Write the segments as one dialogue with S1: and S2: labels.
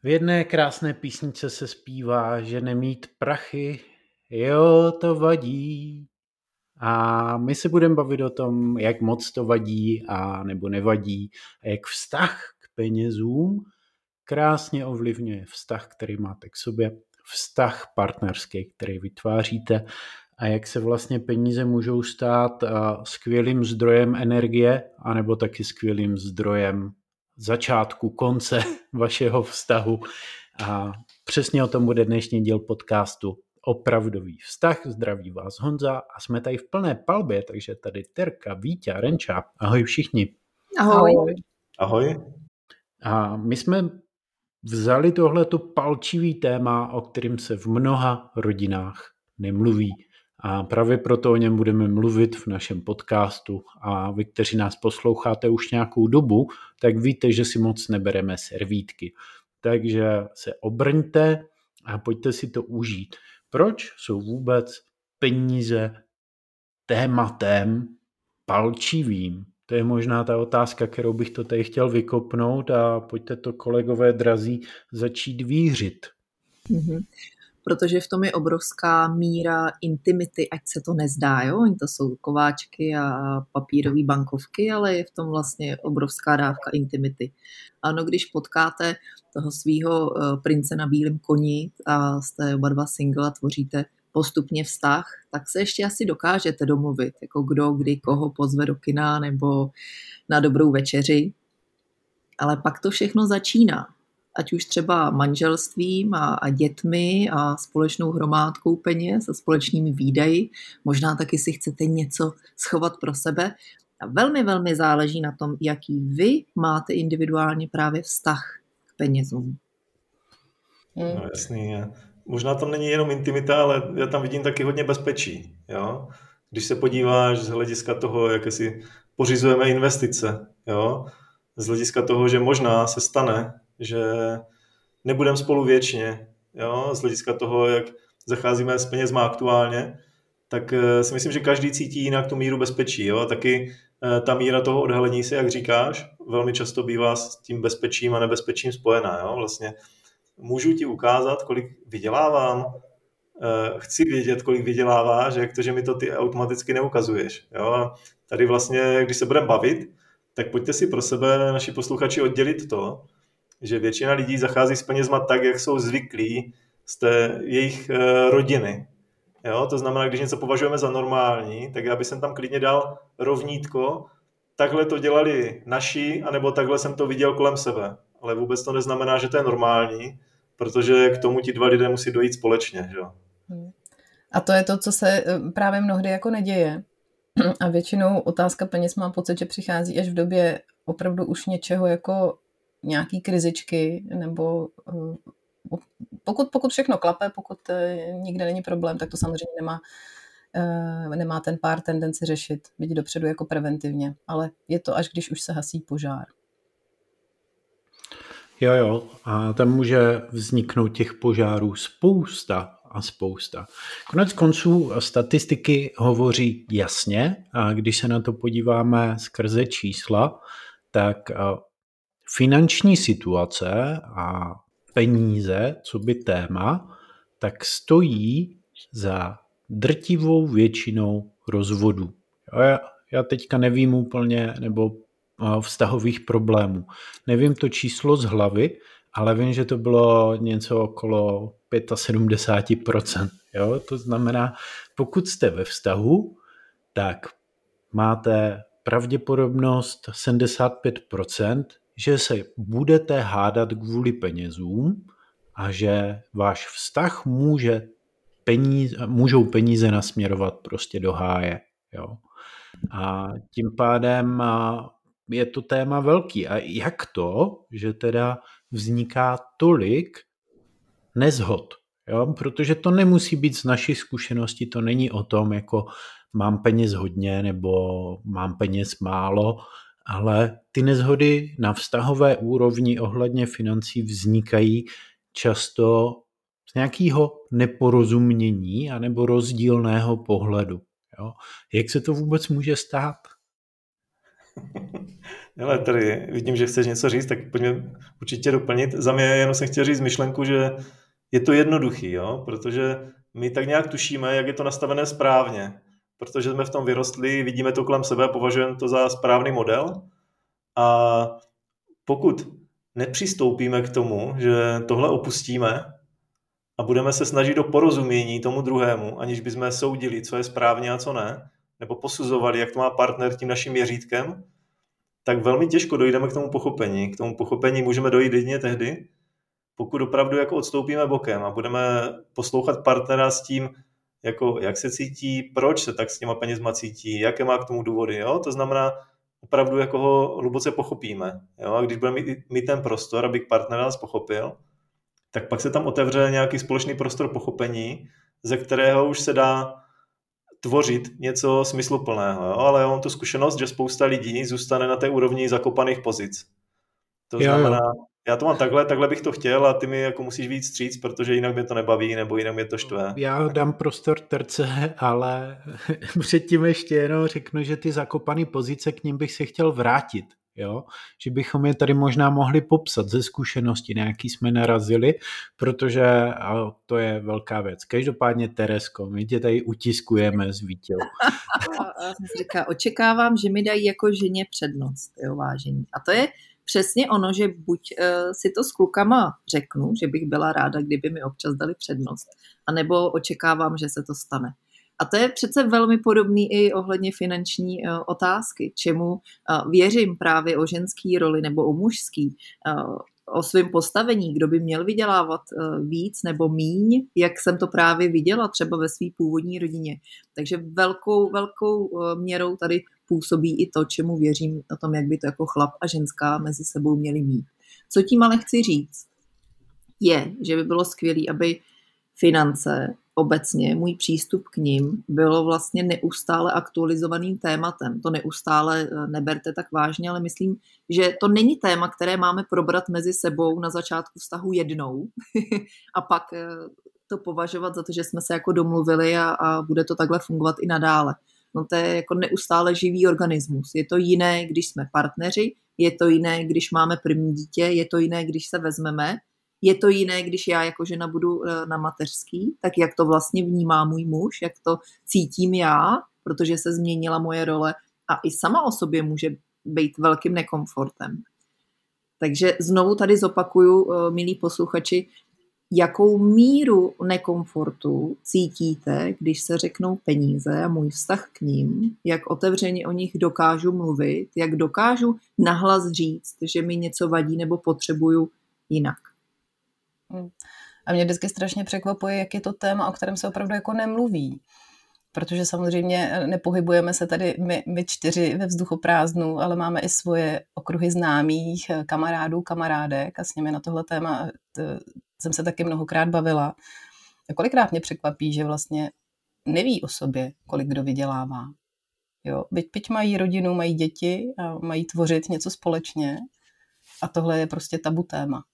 S1: V jedné krásné písničce se zpívá, že nemít prachy, jo, to vadí. A my se budeme bavit o tom, jak moc to vadí a nebo nevadí a jak vztah k penězům krásně ovlivňuje vztah, který máte k sobě, vztah partnerský, který vytváříte a jak se vlastně peníze můžou stát skvělým zdrojem energie anebo taky skvělým zdrojem začátku, konce vašeho vztahu. A přesně o tom bude dnešní díl podcastu Opravdový vztah. Zdraví vás Honza a jsme tady v plné palbě, takže tady Terka, Víťa, Renča. Ahoj všichni.
S2: Ahoj.
S3: Ahoj.
S1: A my jsme vzali tohleto palčivý téma, o kterém se v mnoha rodinách nemluví. A právě proto o něm budeme mluvit v našem podcastu. A vy, kteří nás posloucháte už nějakou dobu, tak víte, že si moc nebereme servítky. Takže se obrňte a pojďte si to užít. Proč jsou vůbec peníze tématem palčivým? To je možná ta otázka, kterou bych to tady chtěl vykopnout a pojďte to, kolegové drazí, začít vířit.
S2: Protože v tom je obrovská míra intimity, ať se to nezdá, jo? Oni to jsou kováčky a papírové bankovky, ale je v tom vlastně obrovská dávka intimity. Ano, když potkáte toho svýho prince na bílém koni a jste oba dva single a tvoříte postupně vztah, tak se ještě asi dokážete domluvit, jako kdo, kdy, koho pozve do kina nebo na dobrou večeři. Ale pak to všechno začíná. Ať už třeba manželstvím a dětmi a společnou hromádkou peněz a společnými výdaji. Možná taky si chcete něco schovat pro sebe. A velmi, velmi záleží na tom, jaký vy máte individuálně právě vztah k penězům.
S3: No jasný. Možná tam není jenom intimita, ale já tam vidím taky hodně bezpečí. Jo? Když se podíváš z hlediska toho, jak si pořizujeme investice, jo? Z hlediska toho, že možná se stane, že nebudeme spolu věčně, jo? Z hlediska toho, jak zacházíme s penězma aktuálně, tak si myslím, že každý cítí jinak tu míru bezpečí. Jo? Taky ta míra toho odhalení se, jak říkáš, velmi často bývá s tím bezpečím a nebezpečím spojená. Jo? Vlastně můžu ti ukázat, kolik vydělávám, chci vědět, kolik vyděláváš, jak to, že mi to ty automaticky neukazuješ. Jo? Tady vlastně, když se budeme bavit, tak pojďte si pro sebe, naši posluchači, oddělit to, že většina lidí zachází s penězma tak, jak jsou zvyklí z té jejich rodiny. Jo? To znamená, když něco považujeme za normální, tak já bych sem tam klidně dal rovnítko, takhle to dělali naši, anebo takhle jsem to viděl kolem sebe. Ale vůbec to neznamená, že to je normální, protože k tomu ti dva lidé musí dojít společně. Že?
S4: A to je to, co se právě mnohdy jako neděje. A většinou otázka peněz mám pocit, že přichází až v době opravdu už něčeho jako nějaký krizičky, nebo pokud všechno klape, pokud nikde není problém, tak to samozřejmě nemá ten pár tendenci řešit, byť dopředu jako preventivně, ale je to až když už se hasí požár.
S1: Jo, a tam může vzniknout těch požárů spousta a spousta. Konec konců statistiky hovoří jasně a když se na to podíváme skrze čísla, tak finanční situace a peníze, co by téma, tak stojí za drtivou většinou rozvodů. Já teďka nevím úplně, nebo vztahových problémů. Nevím to číslo z hlavy, ale vím, že to bylo něco okolo 75%. Jo? To znamená, pokud jste ve vztahu, tak máte pravděpodobnost 75%, že se budete hádat kvůli penězům a že váš vztah můžou peníze nasměrovat prostě do háje. Jo? A tím pádem je to téma velký. A jak to, že teda vzniká tolik nezhod? Jo? Protože to nemusí být z naší zkušenosti, to není o tom, jako mám peněz hodně nebo mám peněz málo, ale ty nezhody na vztahové úrovni ohledně financí vznikají často z nějakého neporozumění anebo rozdílného pohledu. Jo? Jak se to vůbec může stát?
S3: Hele, tady vidím, že chceš něco říct, tak pojďme určitě doplnit. Za mě jenom jsem chtěl říct myšlenku, že je to jednoduchý, jo? Protože my tak nějak tušíme, jak je to nastavené správně, protože jsme v tom vyrostli, vidíme to kolem sebe, považujeme to za správný model a pokud nepřistoupíme k tomu, že tohle opustíme a budeme se snažit o porozumění tomu druhému, aniž bychom soudili, co je správně a co ne, nebo posuzovali, jak to má partner tím naším měřítkem, tak velmi těžko dojdeme k tomu pochopení. K tomu pochopení můžeme dojít jedině tehdy, pokud opravdu jako odstoupíme bokem a budeme poslouchat partnera s tím, jako jak se cítí, proč se tak s těma penězma cítí, jaké má k tomu důvody. Jo? To znamená, opravdu jako ho hluboce pochopíme. Jo? A když budeme mít ten prostor, aby partner nás pochopil, tak pak se tam otevře nějaký společný prostor pochopení, ze kterého už se dá tvořit něco smysluplného. Jo? Ale já mám tu zkušenost, že spousta lidí zůstane na té úrovni zakopaných pozic. To znamená, já to mám takhle bych to chtěl a ty mi jako musíš víc vstříc, protože jinak mě to nebaví nebo jinak mě to štve.
S1: Já dám prostor Terce, ale předtím ještě jenom řeknu, že ty zakopané pozice, k nim bych se chtěl vrátit. Jo? Že bychom je tady možná mohli popsat ze zkušenosti, nějaký jsme narazili, protože to je velká věc. Každopádně, Teresko, my tě tady utiskujeme s Vítěou.
S2: Já jsem si říkala, očekávám, že mi dají jako ženě přednost, jo, vážení. A to je přesně ono, že buď si to s klukama řeknu, že bych byla ráda, kdyby mi občas dali přednost, anebo očekávám, že se to stane. A to je přece velmi podobný i ohledně finanční otázky, čemu věřím právě o ženský roli nebo o mužský, o svém postavení, kdo by měl vydělávat víc nebo míň, jak jsem to právě viděla třeba ve své původní rodině. Takže velkou měrou tady působí i to, čemu věřím o tom, jak by to jako chlap a ženská mezi sebou měli mít. Co tím ale chci říct, je, že by bylo skvělé, aby finance obecně, můj přístup k nim bylo vlastně neustále aktualizovaným tématem. To neustále neberte tak vážně, ale myslím, že to není téma, které máme probrat mezi sebou na začátku vztahu jednou a pak to považovat za to, že jsme se jako domluvili a bude to takhle fungovat i nadále. No to je jako neustále živý organismus. Je to jiné, když jsme partneři, je to jiné, když máme první dítě, je to jiné, když se vezmeme, je to jiné, když já jako žena budu na mateřský, tak jak to vlastně vnímá můj muž, jak to cítím já, protože se změnila moje role a i sama o sobě může být velkým nekomfortem. Takže znovu tady zopakuju, milí posluchači, jakou míru nekomfortu cítíte, když se řeknou peníze a můj vztah k ním, jak otevřeně o nich dokážu mluvit, jak dokážu nahlas říct, že mi něco vadí nebo potřebuju jinak.
S4: A mě vždycky strašně překvapuje, jak je to téma, o kterém se opravdu jako nemluví. Protože samozřejmě nepohybujeme se tady my čtyři ve vzduchoprázdnu, ale máme i svoje okruhy známých, kamarádů, kamarádek a s nimi na tohle téma jsem se taky mnohokrát bavila. A kolikrát mě překvapí, že vlastně neví o sobě, kolik kdo vydělává. Jo? Byť mají rodinu, mají děti a mají tvořit něco společně a tohle je prostě tabu téma.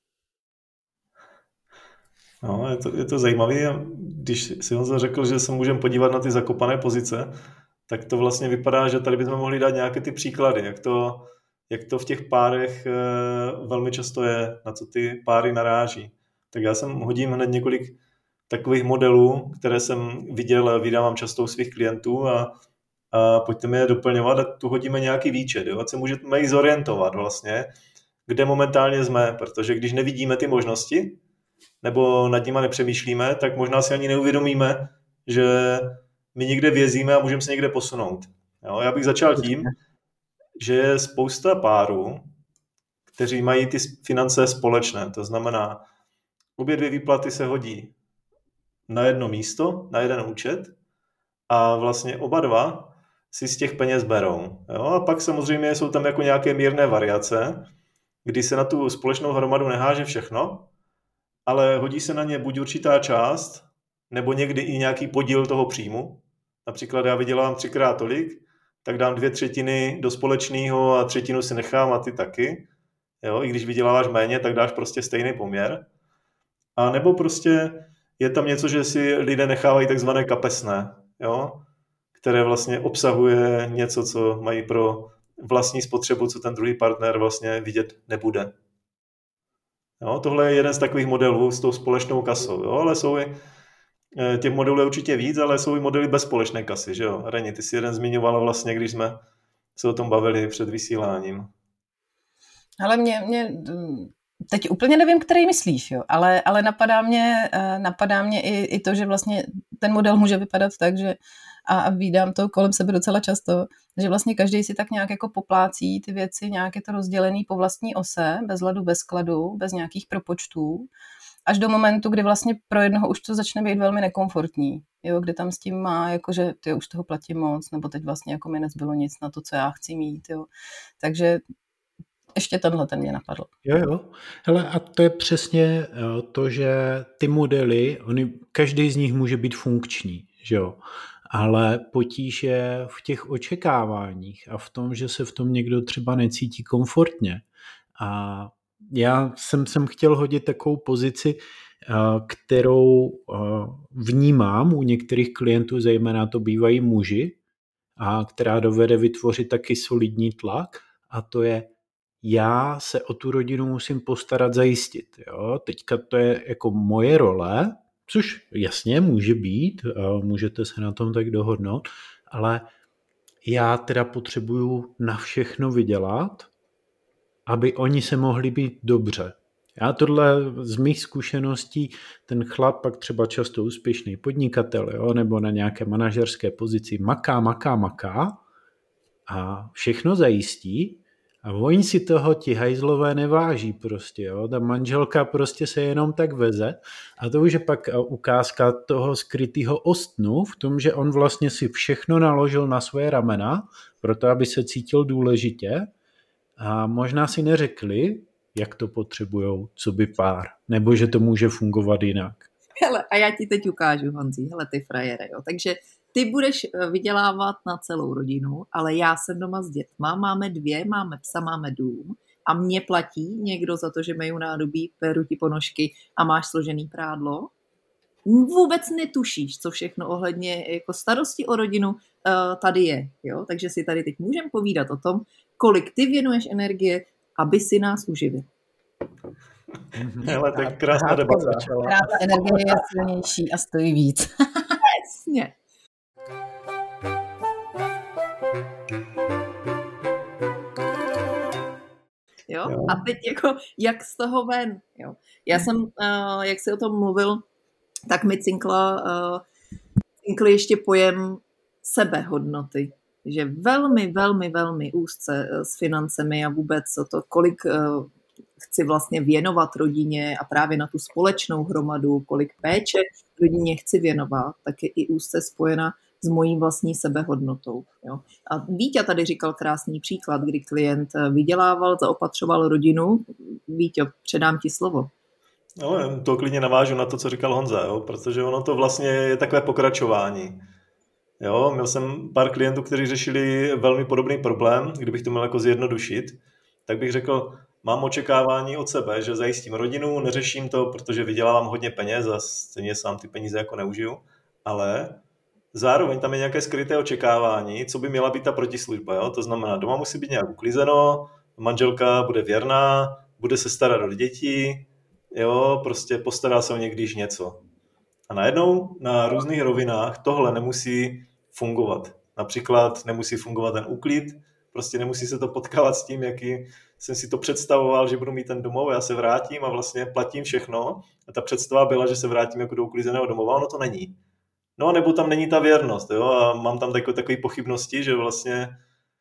S3: No, je to zajímavé. Když si Honzo řekl, že se můžeme podívat na ty zakopané pozice, tak to vlastně vypadá, že tady bychom mohli dát nějaké ty příklady, jak to v těch párech velmi často je, na co ty páry naráží. Tak já hodím hned několik takových modelů, které jsem viděl, vydávám často u svých klientů a pojďte mi je doplňovat a tu hodíme nějaký výčet, jo? Ať se můžeme jich zorientovat vlastně, kde momentálně jsme, protože když nevidíme ty možnosti, nebo nad nima nepřemýšlíme, tak možná si ani neuvědomíme, že my někde vězíme a můžeme se někde posunout. Jo? Já bych začal tím, že je spousta párů, kteří mají ty finance společné. To znamená, obě dvě výplaty se hodí na jedno místo, na jeden účet a vlastně oba dva si z těch peněz berou. Jo? A pak samozřejmě jsou tam jako nějaké mírné variace, kdy se na tu společnou hromadu neháže všechno, ale hodí se na ně buď určitá část, nebo někdy i nějaký podíl toho příjmu. Například já vydělám 3x tolik, tak dám 2/3 do společného a 1/3 si nechám a ty taky. Jo, i když vyděláváš méně, tak dáš prostě stejný poměr. A nebo prostě je tam něco, že si lidé nechávají takzvané kapesné, jo, které vlastně obsahuje něco, co mají pro vlastní spotřebu, co ten druhý partner vlastně vidět nebude. Jo, tohle je jeden z takových modelů s tou společnou kasou, jo, ale jsou i, těch modelů je určitě víc, ale jsou i modely bez společné kasy, že jo. Reni, ty si jeden zmiňovala vlastně, když jsme se o tom bavili před vysíláním.
S4: Ale mě teď úplně nevím, který myslíš, jo, ale napadá mě i to, že vlastně ten model může vypadat tak, že a vídám to kolem sebe docela často, že vlastně každý si tak nějak jako poplácí ty věci, nějak je to rozdělený po vlastní ose, bez ladu, bez skladu, bez nějakých propočtů, až do momentu, kdy vlastně pro jednoho už to začne být velmi nekomfortní, jo, kde tam s tím má, jakože ty už toho platím moc, nebo teď vlastně jako mi nezbylo nic na to, co já chci mít, jo. Takže ještě tenhle ten mě napadl.
S1: Jo. Hele, a to je přesně to, že ty modely, každý z nich může být funkční, že jo. Ale potíž je v těch očekáváních a v tom, že se v tom někdo třeba necítí komfortně. A já jsem chtěl hodit takovou pozici, kterou vnímám u některých klientů, zejména to bývají muži, a která dovede vytvořit taky solidní tlak, a to je: já se o tu rodinu musím postarat, zajistit. Jo? Teďka to je jako moje role, což jasně může být, můžete se na tom tak dohodnout, ale já teda potřebuju na všechno vydělat, aby oni se mohli být dobře. Já tohle z mých zkušeností, ten chlap, pak třeba často úspěšný podnikatel, jo, nebo na nějaké manažerské pozici maká a všechno zajistí, a oni si toho ti hajzlové neváží prostě, jo. Ta manželka prostě se jenom tak veze a to už je pak ukázka toho skrytého ostnu v tom, že on vlastně si všechno naložil na svoje ramena, proto aby se cítil důležitě, a možná si neřekli, jak to potřebujou, co by pár, nebo že to může fungovat jinak.
S2: Hele, a já ti teď ukážu, Honzi, hele ty frajere, jo. Takže ty budeš vydělávat na celou rodinu, ale já jsem doma s dětma, máme 2, máme psa, máme dům a mě platí někdo za to, že meju nádobí, peru ti ponožky a máš složený prádlo. Vůbec netušíš, co všechno ohledně jako starosti o rodinu tady je. Jo? Takže si tady teď můžeme povídat o tom, kolik ty věnuješ energie, aby si nás uživil.
S3: Hele, tak krásná debata.
S4: Krásná energie je silnější a stojí víc.
S2: Jasně. Jo? A teď jako, jak z toho ven. Jo? Já jsem, jak jsi o tom mluvil, tak mi cinkl ještě pojem sebehodnoty. Že velmi, velmi, velmi úzce s financemi a vůbec o to, kolik chci vlastně věnovat rodině a právě na tu společnou hromadu, kolik péče rodině chci věnovat, tak je i úzce spojena s mojí vlastní sebehodnotou. Jo. A Víťa tady říkal krásný příklad, kdy klient vydělával, zaopatřoval rodinu. Víťo, předám ti slovo.
S3: No, to klidně navážu na to, co říkal Honza, jo, protože ono to vlastně je takové pokračování. Jo, měl jsem pár klientů, kteří řešili velmi podobný problém. Kdybych to měl jako zjednodušit, tak bych řekl, mám očekávání od sebe, že zajistím rodinu, neřeším to, protože vydělávám hodně peněz a stejně sám ty peníze jako neužiju, ale zároveň tam je nějaké skryté očekávání, co by měla být ta protislužba. Jo? To znamená, doma musí být nějak uklizeno, manželka bude věrná, bude se starat o děti, jo, prostě postará se o ně, když něco. A najednou na různých rovinách tohle nemusí fungovat. Například nemusí fungovat ten úklid, prostě nemusí se to potkávat s tím, jaký jsem si to představoval, že budu mít ten domov, já se vrátím a vlastně platím všechno. A ta představa byla, že se vrátím jako do uklizeného domova, ono to není. No nebo tam není ta věrnost, jo, a mám tam takové pochybnosti, že vlastně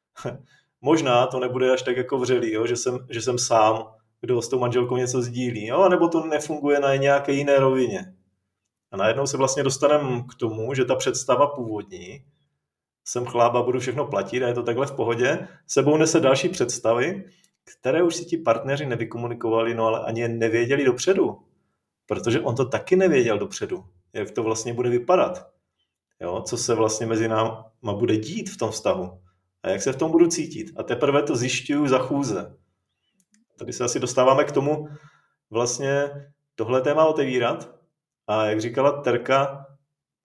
S3: možná to nebude až tak jako vřelý, jo, že jsem sám, kdo s tou manželkou něco sdílí, jo, nebo to nefunguje na nějaké jiné rovině. A najednou se vlastně dostaneme k tomu, že ta představa původní, jsem chlap a budu všechno platit a je to takhle v pohodě, sebou nese další představy, které už si ti partneři nevykomunikovali, no ale ani je nevěděli dopředu. Protože on to taky nevěděl dopředu, jak to vlastně bude vypadat. Jo, co se vlastně mezi náma bude dít v tom vztahu. A jak se v tom budu cítit. A teprve to zjišťuju za chůze. Tady se asi dostáváme k tomu vlastně tohle téma otevírat. A jak říkala Terka,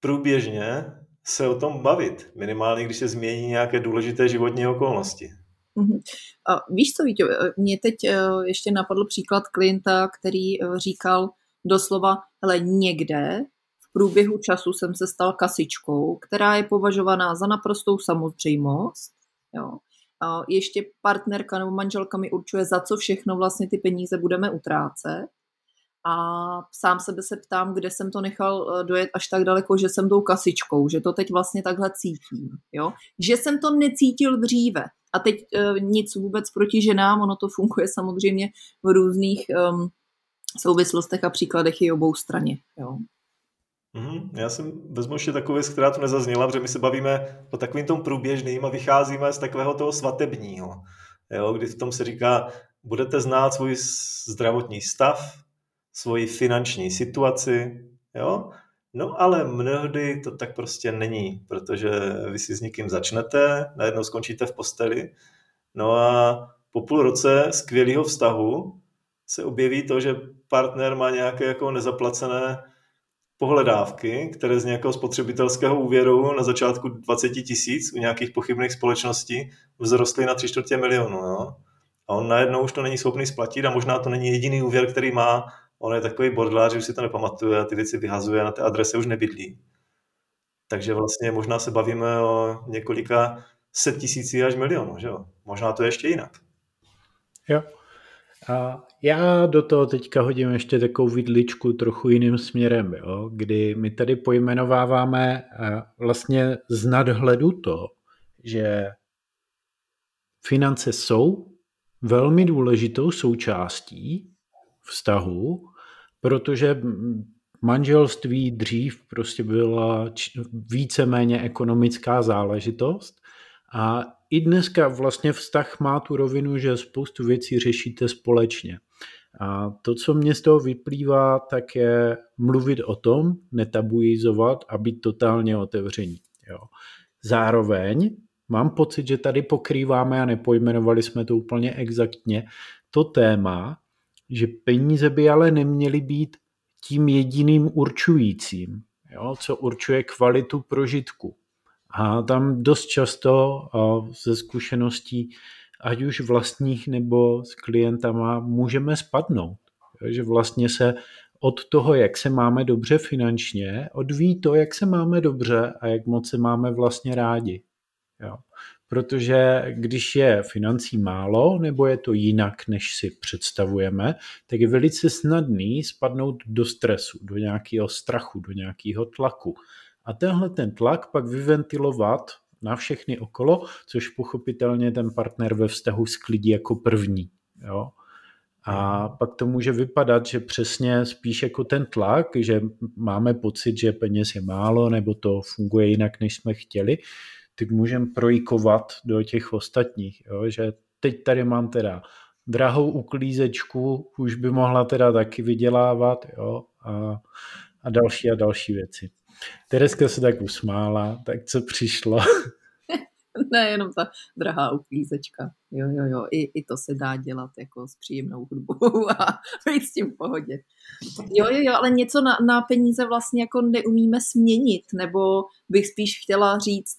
S3: průběžně se o tom bavit. Minimálně, když se změní nějaké důležité životní okolnosti.
S2: A víš co, Víťo, mě teď ještě napadl příklad klienta, který říkal doslova, hele, někde v průběhu času jsem se stal kasičkou, která je považovaná za naprostou samozřejmost. Jo. A ještě partnerka nebo manželka mi určuje, za co všechno vlastně ty peníze budeme utrácet. A sám sebe se ptám, kde jsem to nechal dojet až tak daleko, že jsem tou kasičkou, že to teď vlastně takhle cítím. Jo? Že jsem to necítil dříve. A teď nic vůbec proti ženám, ono to funguje samozřejmě v různých souvislostech a příkladech i obou straně. Jo?
S3: Já jsem vezmu ještě takovou věc, která tu nezazněla, protože my se bavíme o takovým tom průběžným a vycházíme z takového toho svatebního, jo? Kdy v tom se říká, budete znát svůj zdravotní stav, svoji finanční situaci, jo? No ale mnohdy to tak prostě není, protože vy si s někým začnete, najednou skončíte v posteli, no a po půl roce skvělého vztahu se objeví to, že partner má nějaké jako nezaplacené pohledávky, které z nějakého spotřebitelského úvěru na začátku 20 000 u nějakých pochybných společností vzrostly na 3/4 milionu, jo? A on najednou už to není schopný splatit a možná to není jediný úvěr, který má. On je takový bordlář, že už si to nepamatuje a ty věci vyhazuje a na té adrese už nebydlí. Takže vlastně možná se bavíme o několika set tisící až milionů, že jo? Možná to je ještě jinak.
S1: Jo. A já do toho teďka hodím ještě takovou vidličku trochu jiným směrem, jo? Kdy my tady pojmenováváme vlastně z nadhledu to, že finance jsou velmi důležitou součástí vztahu, protože manželství dřív prostě byla víceméně ekonomická záležitost a i dneska vlastně vztah má tu rovinu, že spoustu věcí řešíte společně. A to, co mě z toho vyplývá, tak je mluvit o tom, netabuizovat a být totálně otevření. Jo. Zároveň mám pocit, že tady pokrýváme a nepojmenovali jsme to úplně exaktně, to téma, že peníze by ale neměly být tím jediným určujícím, jo, co určuje kvalitu prožitku. A tam dost často ze zkušeností, ať už vlastních nebo s klientama, můžeme spadnout. Jo, že vlastně se od toho, jak se máme dobře finančně, odvíjí to, jak se máme dobře a jak moc se máme vlastně rádi. Jo. Protože když je financí málo, nebo je to jinak, než si představujeme, tak je velice snadný spadnout do stresu, do nějakého strachu, do nějakého tlaku. A tenhle ten tlak pak vyventilovat na všechny okolo, což pochopitelně ten partner ve vztahu sklidí jako první. Jo? A pak to může vypadat, že přesně spíš jako ten tlak, že máme pocit, že peněz je málo, nebo to funguje jinak, než jsme chtěli, tak můžeme projikovat do těch ostatních, jo? Že teď tady mám teda drahou uklízečku, už by mohla teda taky vydělávat, jo? A další věci. Tereska se tak usmála, tak co přišlo?
S2: Ne, jenom ta drahá uklízečka. Jo. I to se dá dělat jako s příjemnou hudbou a být s tím v pohodě. Jo, ale něco na peníze vlastně jako neumíme změnit, nebo bych spíš chtěla říct,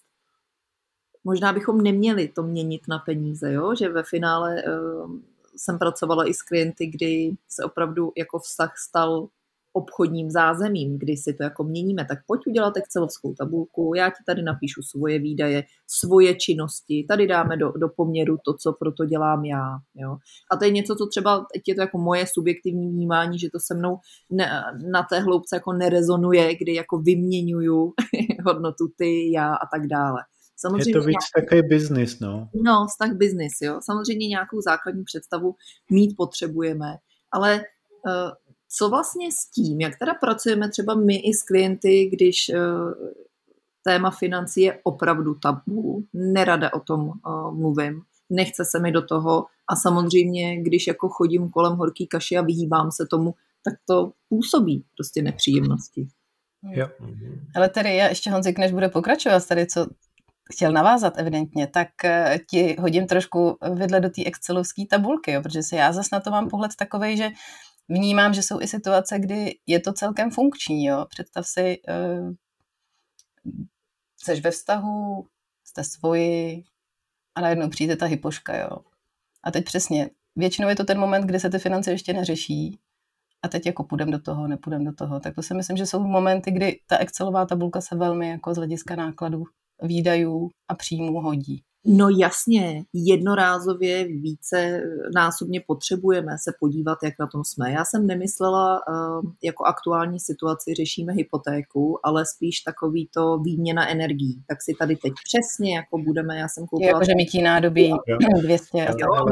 S2: možná bychom neměli to měnit na peníze, jo? Že ve finále jsem pracovala i s klienty, kdy se opravdu jako vztah stal obchodním zázemím, kdy si to jako měníme, tak pojď udělat excelovskou tabulku, já ti tady napíšu svoje výdaje, svoje činnosti, tady dáme do poměru to, co pro to dělám já. Jo? A to je něco, co třeba, teď je to jako moje subjektivní vnímání, že to se mnou na té hloubce jako nerezonuje, kdy jako vyměňuju hodnotu ty, já a tak dále.
S1: Samozřejmě je to víc takový biznis, no.
S2: No, vztah biznis, jo. Samozřejmě nějakou základní představu mít potřebujeme, ale co vlastně s tím, jak teda pracujeme třeba my i s klienty, když téma financí je opravdu tabu, nerada o tom mluvím, nechce se mi do toho a samozřejmě, když jako chodím kolem horký kaši a vyhýbám se tomu, tak to působí prostě nepříjemnosti.
S1: Jo.
S4: Ale tady já ještě Honzik, než bude pokračovat tady, co chtěl navázat evidentně, tak ti hodím trošku vidle do té excelovské tabulky, jo, protože se já zase na to mám pohled takovej, že vnímám, že jsou i situace, kdy je to celkem funkční. Jo. Představ si, seš ve vztahu, jste svoji, a najednou přijde ta hypoška, jo. A teď přesně, většinou je to ten moment, kdy se ty finance ještě neřeší a teď jako půjdem do toho, nepůjdem do toho. Tak to si myslím, že jsou momenty, kdy ta Excelová tabulka se velmi jako z hlediska nákladů, výdajů a příjmů hodí.
S2: No jasně, jednorázově více násobně potřebujeme se podívat, jak na tom jsme. Já jsem nemyslela, jako aktuální situaci řešíme hypotéku, ale spíš takový to výměna energií. Tak si tady teď přesně jako budeme, já jsem koupila...
S4: Jakože mytí nádobí 200.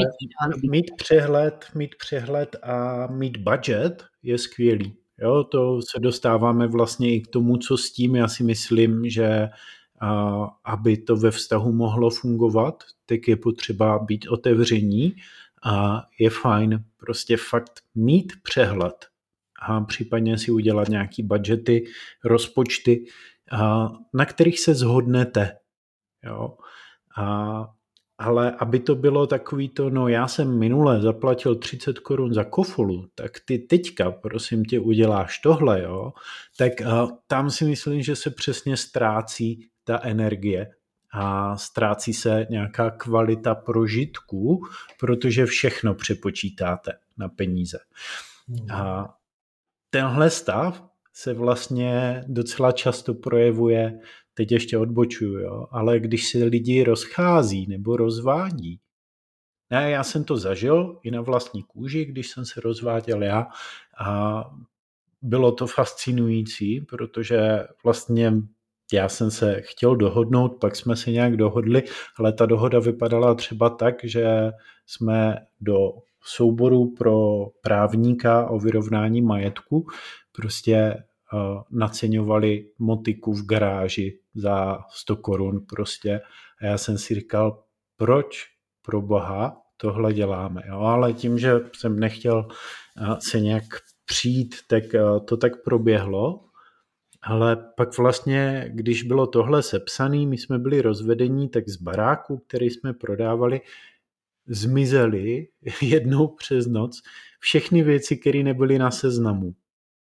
S1: Mít přehled a mít budget je skvělý. Jo, to se dostáváme vlastně i k tomu, co s tím. Já si myslím, že aby to ve vztahu mohlo fungovat, tak je potřeba být otevření a je fajn prostě fakt mít přehled a případně si udělat nějaký budžety, rozpočty, na kterých se shodnete. Jo. Ale aby to bylo takový to, no já jsem minule zaplatil 30 korun za kofolu, tak ty teďka, prosím tě, uděláš tohle, jo, tak tam si myslím, že se přesně ztrácí ta energie a ztrácí se nějaká kvalita prožitků, protože všechno přepočítáte na peníze. A tenhle stav se vlastně docela často projevuje, teď ještě odbočuju, jo, ale když se lidi rozchází nebo rozvádí. Ne, já jsem to zažil i na vlastní kůži, když jsem se rozváděl já a bylo to fascinující, protože vlastně já jsem se chtěl dohodnout, pak jsme se nějak dohodli, ale ta dohoda vypadala třeba tak, že jsme do souboru pro právníka o vyrovnání majetku prostě naceňovali motiku v garáži za 100 korun prostě. A já jsem si říkal, proč pro boha tohle děláme. Jo? Ale tím, že jsem nechtěl se nějak přijít, tak to tak proběhlo. Ale pak vlastně, když bylo tohle sepsané, my jsme byli rozvedení, tak z baráku, který jsme prodávali, zmizely jednou přes noc všechny věci, které nebyly na seznamu.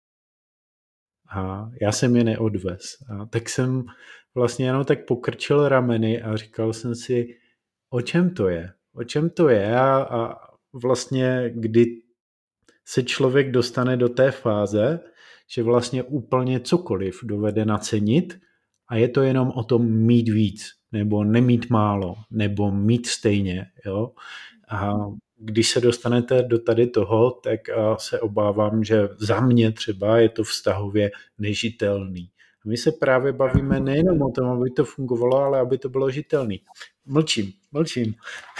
S1: A já jsem je neodvez. A tak jsem vlastně jenom tak pokrčil rameny a říkal jsem si, o čem to je? O čem to je? A vlastně, kdy se člověk dostane do té fáze, že vlastně úplně cokoliv dovede nacenit a je to jenom o tom mít víc, nebo nemít málo, nebo mít stejně. Jo? A když se dostanete do tady toho, tak se obávám, že za mě třeba je to vztahově nežitelný. A my se právě bavíme nejenom o tom, aby to fungovalo, ale aby to bylo žitelný. Mlčím.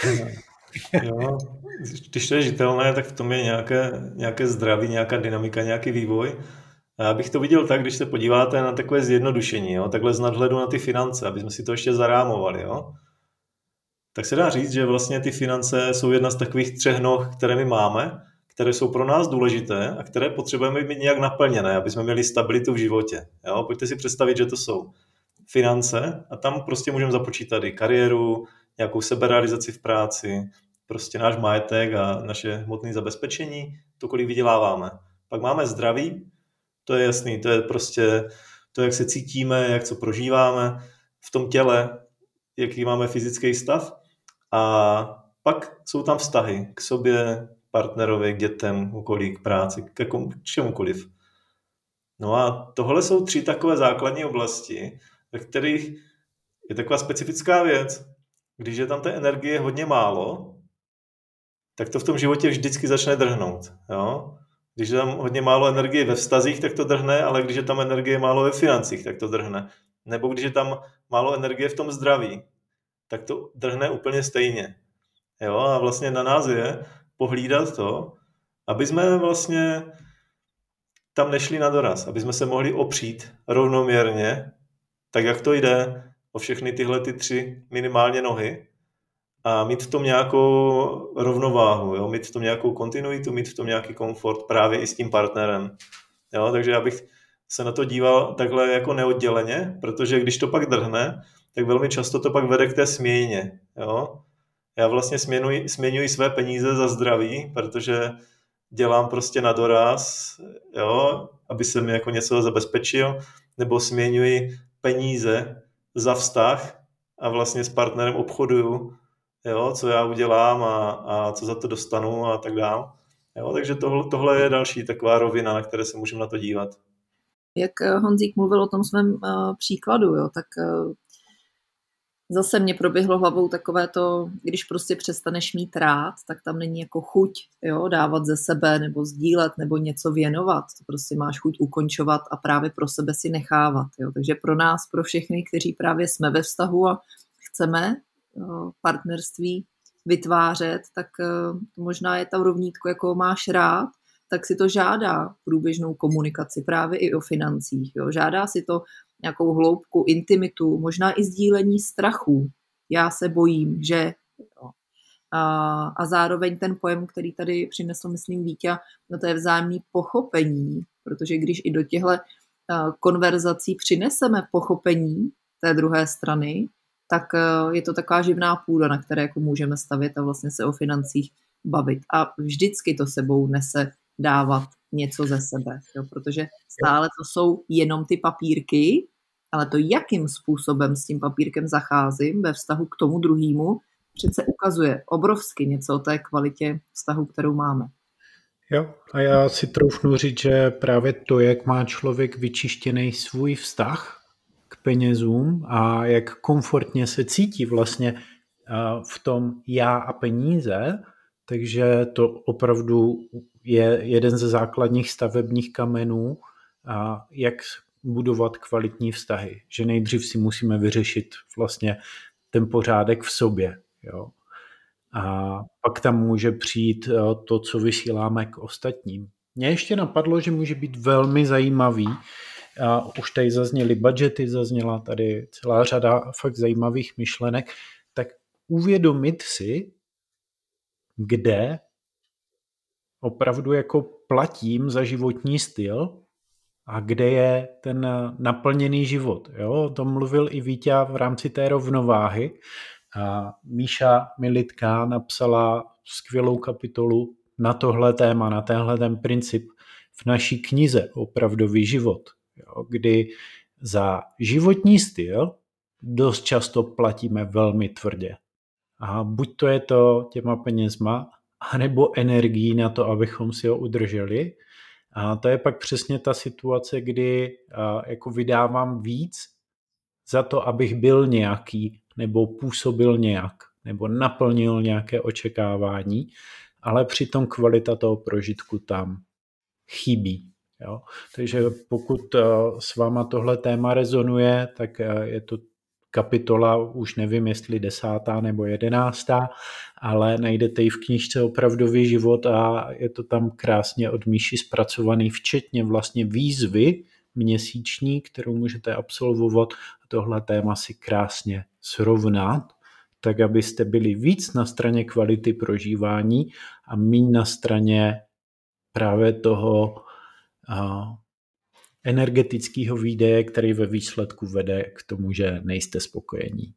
S3: Jo, když to je žitelné, tak v tom je nějaké zdraví, nějaká dynamika, nějaký vývoj. A já bych to viděl tak, když se podíváte na takové zjednodušení, jo, takhle z nadhledu na ty finance, aby jsme si to ještě zarámovali, jo. Tak se dá říct, že vlastně ty finance jsou jedna z takových 3 noh, které my máme, které jsou pro nás důležité a které potřebujeme mít nějak naplněné, aby jsme měli stabilitu v životě. Jo? Pojďte si představit, že to jsou finance a tam prostě můžeme započítat i kariéru, nějakou seberealizaci v práci, prostě náš majetek a naše hmotné zabezpečení, to, kolik vyděláváme. Pak máme zdraví, to je jasný, to je prostě to, jak se cítíme, jak co prožíváme v tom těle, jaký máme fyzický stav. A pak jsou tam vztahy k sobě, partnerovi, k dětem, okolí, k práci, k čemukoliv. No a tohle jsou 3 takové základní oblasti, ve kterých je taková specifická věc. Když je tam té energie hodně málo, tak to v tom životě vždycky začne drhnout. Jo? Když je tam hodně málo energie ve vztazích, tak to drhne, ale když je tam energie málo ve financích, tak to drhne. Nebo když je tam málo energie v tom zdraví, tak to drhne úplně stejně. Jo? A vlastně na nás je pohlídat to, aby jsme vlastně tam nešli na doraz, aby jsme se mohli opřít rovnoměrně, tak jak to jde, o všechny tyhle 3 minimálně nohy a mít v tom nějakou rovnováhu, jo? Mít v tom nějakou kontinuitu, mít v tom nějaký komfort právě i s tím partnerem. Jo? Takže já bych se na to díval takhle jako neodděleně, protože když to pak drhne, tak velmi často to pak vede k té směně. Jo? Já vlastně směňuji své peníze za zdraví, protože dělám prostě na doraz, jo, aby se mi jako něco zabezpečil, nebo směňuji peníze za vztah a vlastně s partnerem obchoduju, jo, co já udělám a co za to dostanu a tak dále. Jo, takže tohle je další taková rovina, na které se můžeme na to dívat.
S2: Jak Honzík mluvil o tom svém příkladu, jo, tak zase mě proběhlo hlavou takové to, když prostě přestaneš mít rád, tak tam není jako chuť, jo, dávat ze sebe nebo sdílet nebo něco věnovat. To prostě máš chuť ukončovat a právě pro sebe si nechávat. Jo. Takže pro nás, pro všechny, kteří právě jsme ve vztahu a chceme partnerství vytvářet, tak možná je tam rovnítko, jako máš rád, tak si to žádá průběžnou komunikaci právě i o financích. Jo. Žádá si to nějakou hloubku, intimitu, možná i sdílení strachů. Já se bojím, že... Jo. A zároveň ten pojem, který tady přinesl, myslím, Vítě, no to je vzájemné pochopení, protože když i do těchto konverzací přineseme pochopení té druhé strany, tak je to taková živná půda, na které jako můžeme stavět a vlastně se o financích bavit. A vždycky to sebou nese dávat něco ze sebe, jo, protože stále to jsou jenom ty papírky, ale to, jakým způsobem s tím papírkem zacházím ve vztahu k tomu druhému, přece ukazuje obrovsky něco o té kvalitě vztahu, kterou máme.
S1: Jo, a já si troufnu říct, že právě to, jak má člověk vyčištěný svůj vztah k penězům a jak komfortně se cítí vlastně v tom já a peníze, takže to opravdu je jeden ze základních stavebních kamenů, jak budovat kvalitní vztahy. Že nejdřív si musíme vyřešit vlastně ten pořádek v sobě. Jo. A pak tam může přijít to, co vysíláme k ostatním. Mně ještě napadlo, že může být velmi zajímavý, už tady zazněly budžety, zazněla tady celá řada fakt zajímavých myšlenek, tak uvědomit si, kde opravdu jako platím za životní styl a kde je ten naplněný život. Jo? O tom mluvil i Vítě v rámci té rovnováhy. A Míša Militka napsala skvělou kapitolu na tohle téma, na tenhle ten princip v naší knize Opravdový život, jo? Kdy za životní styl dost často platíme velmi tvrdě. A buď to je to těma penězma, anebo energií na to, abychom si ho udrželi. A to je pak přesně ta situace, kdy jako vydávám víc za to, abych byl nějaký, nebo působil nějak, nebo naplnil nějaké očekávání, ale přitom kvalita toho prožitku tam chybí. Jo? Takže pokud s váma tohle téma rezonuje, tak je to kapitola, už nevím, jestli 10. nebo 11., ale najdete ji v knížce Opravdový život a je to tam krásně od Míši zpracovaný, včetně vlastně výzvy měsíční, kterou můžete absolvovat a tohle téma si krásně srovnat, tak abyste byli víc na straně kvality prožívání a míň na straně právě toho energetického výdeje, který ve výsledku vede k tomu, že nejste spokojení.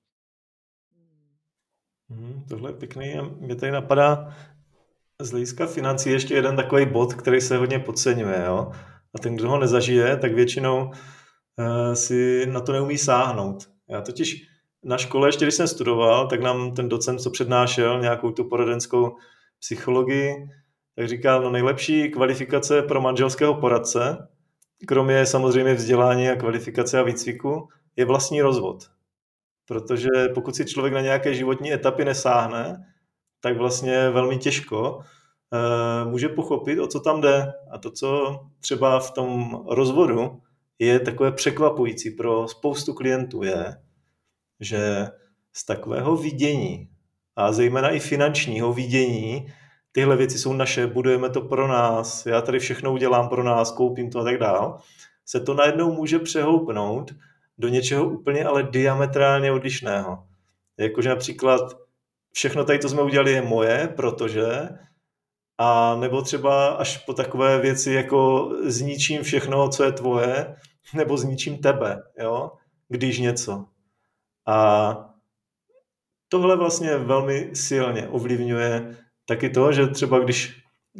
S3: Tohle je pěkný. Mě tady napadá z hlediska financí ještě jeden takový bod, který se hodně podceňuje. Jo? A ten, kdo ho nezažije, tak většinou si na to neumí sáhnout. Já totiž na škole, ještě když jsem studoval, tak nám ten docent, co přednášel nějakou tu poradenskou psychologii, tak říkal, no nejlepší kvalifikace pro manželského poradce, kromě samozřejmě vzdělání a kvalifikace a výcviku, je vlastní rozvod. Protože pokud si člověk na nějaké životní etapy nesáhne, tak vlastně velmi těžko může pochopit, o co tam jde. A to, co třeba v tom rozvodu je takové překvapující pro spoustu klientů, je, že z takového vidění a zejména i finančního vidění, tyhle věci jsou naše, budujeme to pro nás, já tady všechno udělám pro nás, koupím to a tak dál, se to najednou může přehoupnout do něčeho úplně ale diametrálně odlišného. Jakože například všechno tady, co jsme udělali, je moje, protože, a nebo třeba až po takové věci, jako zničím všechno, co je tvoje, nebo zničím tebe, jo? Když něco. A tohle vlastně velmi silně ovlivňuje taky to, že třeba když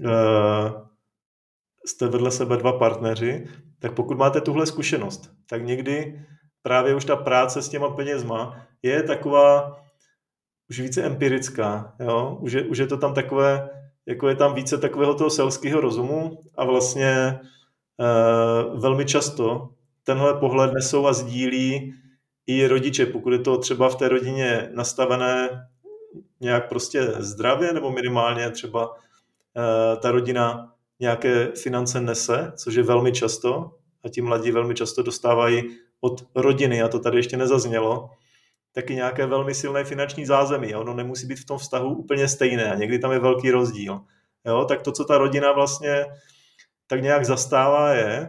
S3: jste vedle sebe dva partneři, tak pokud máte tuhle zkušenost, tak někdy právě už ta práce s těma penězma je taková už více empirická, jo? Už je to tam takové, jako je tam více takového toho selského rozumu a vlastně velmi často tenhle pohled nesou a sdílí i rodiče, pokud je to třeba v té rodině nastavené nějak prostě zdravě, nebo minimálně třeba ta rodina nějaké finance nese, což je velmi často, a ti mladí velmi často dostávají od rodiny, a to tady ještě nezaznělo, taky nějaké velmi silné finanční zázemí. A ono nemusí být v tom vztahu úplně stejné a někdy tam je velký rozdíl. Jo? Tak to, co ta rodina vlastně tak nějak zastává, je,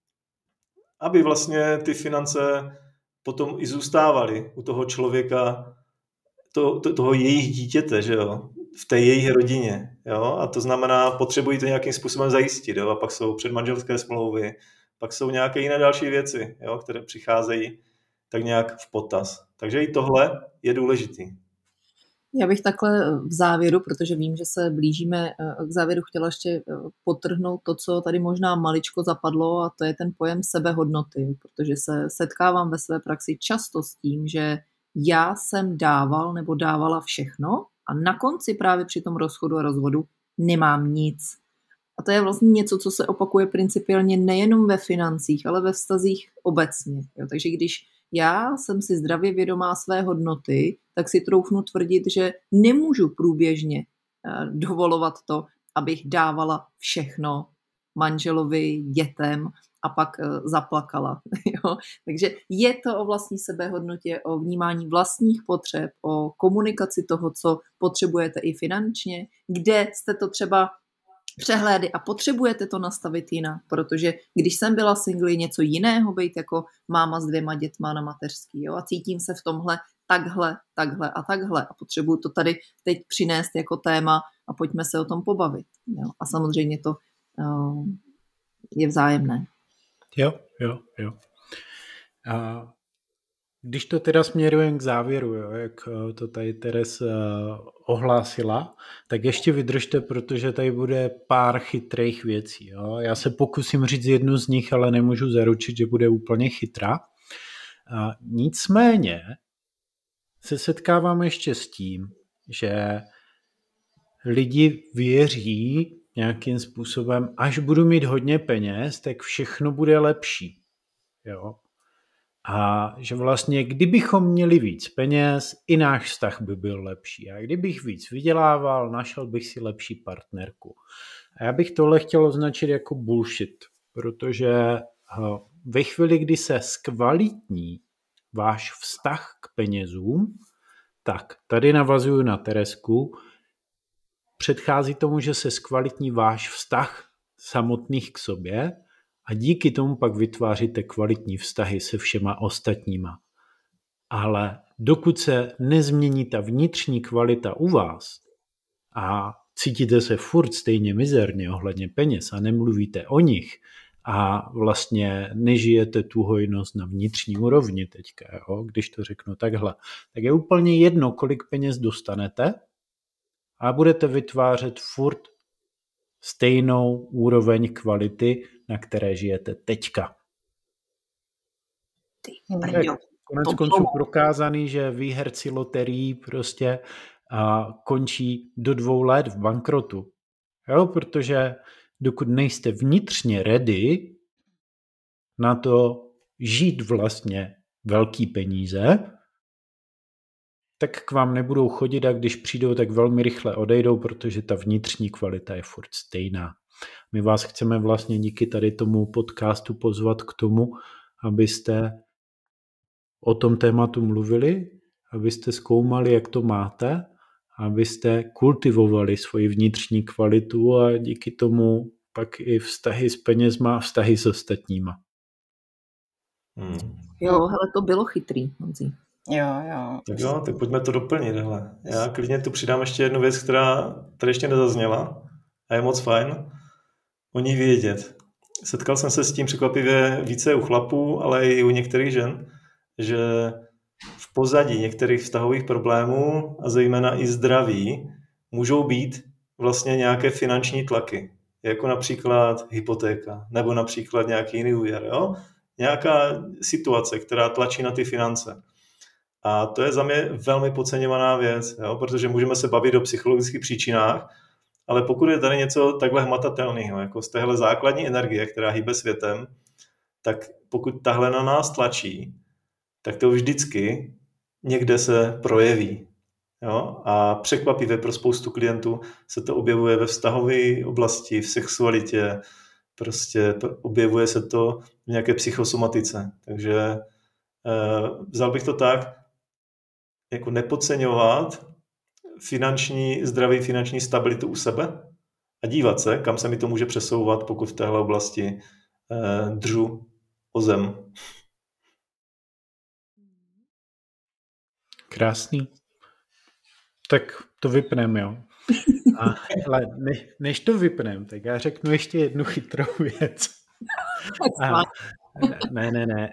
S3: aby vlastně ty finance potom i zůstávaly u toho člověka, toho jejich dítěte, že jo? V té jejich rodině. Jo? A to znamená, potřebují to nějakým způsobem zajistit. Jo? A pak jsou předmanželské smlouvy, pak jsou nějaké jiné další věci, jo? Které přicházejí tak nějak v potaz. Takže i tohle je důležitý.
S2: Já bych takhle v závěru, protože vím, že se blížíme k závěru, chtěla ještě podtrhnout to, co tady možná maličko zapadlo, a to je ten pojem sebehodnoty, protože se setkávám ve své praxi často s tím, že já jsem dával nebo dávala všechno a na konci právě při tom rozchodu a rozvodu nemám nic. A to je vlastně něco, co se opakuje principiálně nejenom ve financích, ale ve vztazích obecně. Jo, takže když já jsem si zdravě vědomá své hodnoty, tak si troufnu tvrdit, že nemůžu průběžně dovolovat to, abych dávala všechno manželovi, dětem a pak zaplakala. Jo? Takže je to o vlastní sebehodnotě, o vnímání vlastních potřeb, o komunikaci toho, co potřebujete i finančně, kde jste to třeba přehlédy a potřebujete to nastavit jinak, protože když jsem byla single, je něco jiného být jako máma s 2 dětma na mateřský, jo, a cítím se v tomhle takhle a potřebuju to tady teď přinést jako téma a pojďme se o tom pobavit. Jo. A samozřejmě to je vzájemné.
S1: Jo. A když to teda směrujeme k závěru, jo, jak to tady Teres ohlásila, tak ještě vydržte, protože tady bude pár chytrých věcí. Jo. Já se pokusím říct jednu z nich, ale nemůžu zaručit, že bude úplně chytrá. Nicméně se setkávám ještě s tím, že lidi věří nějakým způsobem, až budu mít hodně peněz, tak všechno bude lepší. Jo. A že vlastně, kdybychom měli víc peněz, i náš vztah by byl lepší. A kdybych víc vydělával, našel bych si lepší partnerku. A já bych tohle chtěl označit jako bullshit, protože ve chvíli, kdy se zkvalitní váš vztah k penězům, tak tady navazuju na Teresku, předchází tomu, že se zkvalitní váš vztah samotných k sobě, a díky tomu pak vytváříte kvalitní vztahy se všema ostatníma. Ale dokud se nezmění ta vnitřní kvalita u vás a cítíte se furt stejně mizerně ohledně peněz a nemluvíte o nich a vlastně nežijete tu hojnost na vnitřní úrovni teďka, jo, když to řeknu takhle, tak je úplně jedno, kolik peněz dostanete a budete vytvářet furt stejnou úroveň kvality, na které žijete teďka. Konec konců prokázaný, že výherci loterií prostě končí do 2 let v bankrotu. Jo, protože dokud nejste vnitřně ready na to žít vlastně velký peníze, tak k vám nebudou chodit a když přijdou, tak velmi rychle odejdou, protože ta vnitřní kvalita je furt stejná. My vás chceme vlastně díky tady tomu podcastu pozvat k tomu, abyste o tom tématu mluvili, abyste zkoumali, jak to máte, abyste kultivovali svoji vnitřní kvalitu a díky tomu pak i vztahy s penězma a vztahy s ostatníma.
S2: Jo, hele, to bylo chytrý, Honzi.
S4: Jo.
S3: Tak pojďme to doplnit. Hele. Já klidně tu přidám ještě jednu věc, která tady ještě nezazněla a je moc fajn o ní vědět. Setkal jsem se s tím překvapivě více u chlapů, ale i u některých žen, že v pozadí některých vztahových problémů a zejména i zdraví můžou být vlastně nějaké finanční tlaky, jako například hypotéka nebo například nějaký jiný úvěr. Jo? Nějaká situace, která tlačí na ty finance. A to je za mě velmi podceňovaná věc, jo? Protože můžeme se bavit o psychologických příčinách, ale pokud je tady něco takhle hmatatelného, jako z téhle základní energie, která hýbe světem, tak pokud tahle na nás tlačí, tak to vždycky někde se projeví. Jo? A překvapivě pro spoustu klientů se to objevuje ve vztahové oblasti, v sexualitě, prostě objevuje se to v nějaké psychosomatice. Takže vzal bych to tak, jako nepodceňovat zdraví finanční stabilitu u sebe a dívat se, kam se mi to může přesouvat, pokud v téhle oblasti držu o zem.
S1: Krásný. Tak to vypneme, jo. Ale než to vypneme, tak já řeknu ještě jednu chytrou věc. Ne.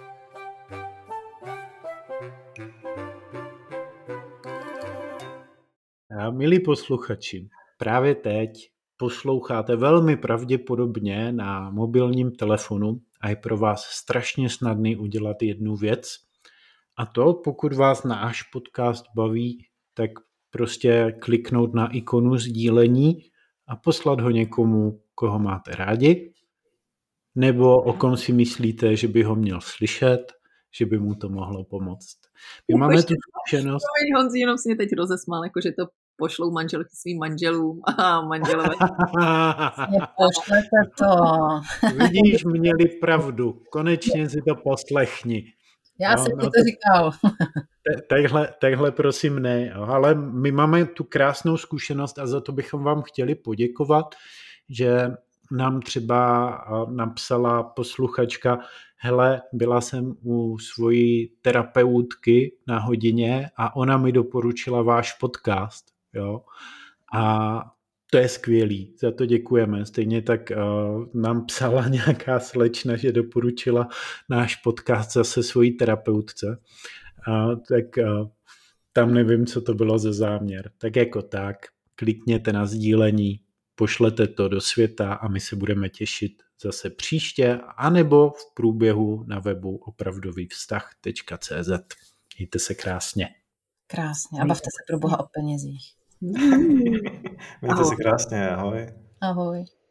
S1: Milí posluchači, právě teď posloucháte velmi pravděpodobně na mobilním telefonu a je pro vás strašně snadný udělat jednu věc. A to, pokud vás náš podcast baví, tak prostě kliknout na ikonu sdílení a poslat ho někomu, koho máte rádi, nebo o kom si myslíte, že by ho měl slyšet, že by mu to mohlo pomoct. My máme tu zkušenost.
S2: Honzi, jenom si mě teď rozesmál, jakože to pošlou manželky svým manželům a manželové.
S4: Pošlete to.
S1: Vidíš, měli pravdu. Konečně si to poslechni.
S4: Já jsem ti to říkal.
S1: Takhle prosím ne, ale my máme tu krásnou zkušenost a za to bychom vám chtěli poděkovat, že nám třeba napsala posluchačka, hele, byla jsem u svojí terapeutky na hodině a ona mi doporučila váš podcast, jo, a to je skvělý, za to děkujeme. Stejně tak nám psala nějaká slečna, že doporučila náš podcast zase svojí terapeutce, tak tam nevím, co to bylo za záměr. Tak jako tak, klikněte na sdílení, pošlete to do světa a my se budeme těšit zase příště, anebo v průběhu na webu opravdovývztah.cz. Mějte se krásně.
S4: Krásně a bavte se pro Boha o penězích.
S3: Mějte se krásně, ahoj.
S4: Ahoj.